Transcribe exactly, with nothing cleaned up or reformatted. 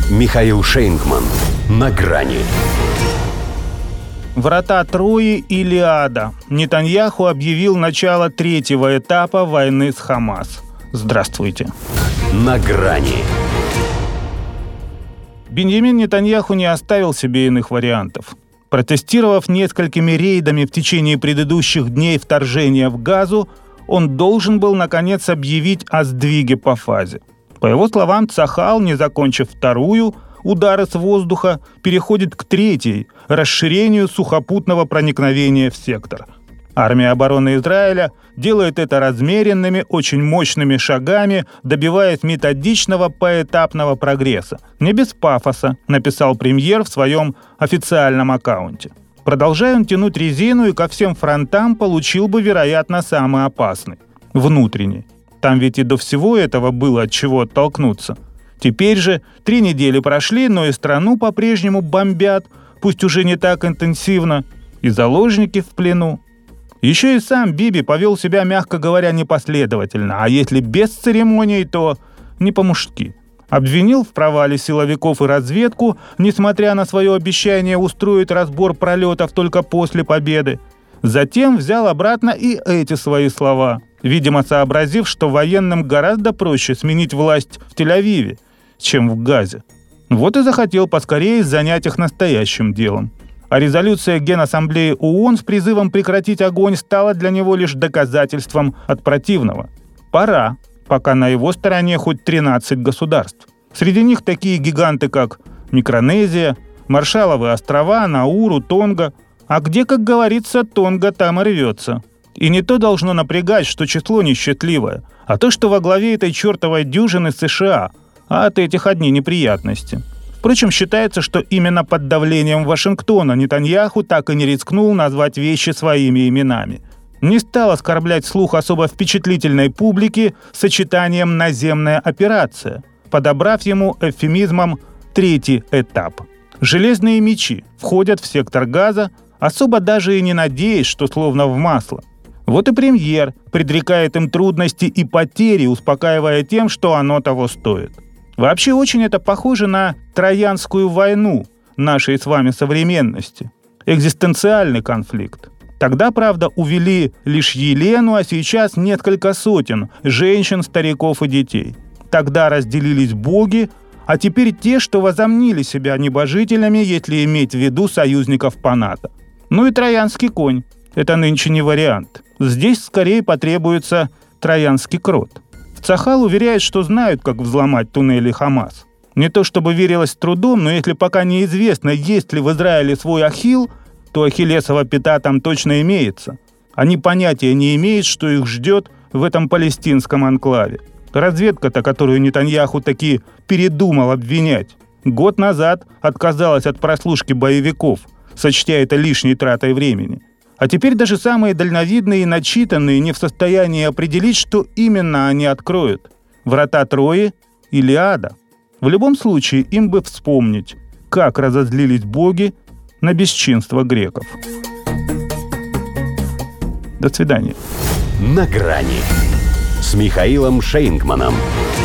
Михаил Шейнгман. На грани. Врата Трои – Илиада. Нетаньяху объявил начало третьего этапа войны с Хамас. Здравствуйте. На грани. Биньямин Нетаньяху не оставил себе иных вариантов. Протестировав несколькими рейдами в течение предыдущих дней вторжения в Газу, он должен был, наконец, объявить о сдвиге по фазе. По его словам, Цахал, не закончив вторую, удары с воздуха, переходит к третьей, расширению сухопутного проникновения в сектор. Армия обороны Израиля делает это размеренными, очень мощными шагами, добиваясь методичного поэтапного прогресса. Не без пафоса, написал премьер в своем официальном аккаунте. Продолжая он тянуть резину, и ко всем фронтам получил бы, вероятно, самый опасный – внутренний. Там ведь и до всего этого было от чего оттолкнуться. Теперь же три недели прошли, но и страну по-прежнему бомбят, пусть уже не так интенсивно, и заложники в плену. Еще и сам Биби повел себя, мягко говоря, непоследовательно, а если без церемоний, то не по-мужски. Обвинил в провале силовиков и разведку, несмотря на свое обещание устроить разбор пролетов только после победы. Затем взял обратно и эти свои слова, видимо, сообразив, что военным гораздо проще сменить власть в Тель-Авиве, чем в Газе. Вот и захотел поскорее занять их настоящим делом. А резолюция Генассамблеи ООН с призывом прекратить огонь стала для него лишь доказательством от противного. Пора, пока на его стороне хоть тринадцать государств. Среди них такие гиганты, как Микронезия, Маршалловы острова, Науру, Тонга. А где, как говорится, Тонга, там и рвется. И не то должно напрягать, что число несчастливое, а то, что во главе этой чертовой дюжины США, а от этих одни неприятности. Впрочем, считается, что именно под давлением Вашингтона Нетаньяху так и не рискнул назвать вещи своими именами. Не стал оскорблять слух особо впечатлительной публики сочетанием «наземная операция», подобрав ему эвфемизмом «третий этап». Железные мечи входят в сектор Газа, особо даже и не надеясь, что словно в масло. Вот и премьер предрекает им трудности и потери, успокаивая тем, что оно того стоит. Вообще очень это похоже на Троянскую войну нашей с вами современности. Экзистенциальный конфликт. Тогда, правда, увели лишь Елену, а сейчас несколько сотен женщин, стариков и детей. Тогда разделились боги, а теперь те, что возомнили себя небожителями, если иметь в виду союзников по НАТО. Ну и троянский конь. Это нынче не вариант. Здесь скорее потребуется троянский крот. Цахал уверяет, что знают, как взломать туннели Хамас. Не то чтобы верилось с трудом, но если пока неизвестно, есть ли в Израиле свой Ахилл, то ахиллесова пята там точно имеется. Они понятия не имеют, что их ждет в этом палестинском анклаве. Разведка-то, которую Нетаньяху таки передумал обвинять, год назад отказалась от прослушки боевиков, сочтя это лишней тратой времени. А теперь даже самые дальновидные и начитанные не в состоянии определить, что именно они откроют. Врата Трои или ада. В любом случае, им бы вспомнить, как разозлились боги на бесчинство греков. До свидания. На грани с Михаилом Шейнгманом.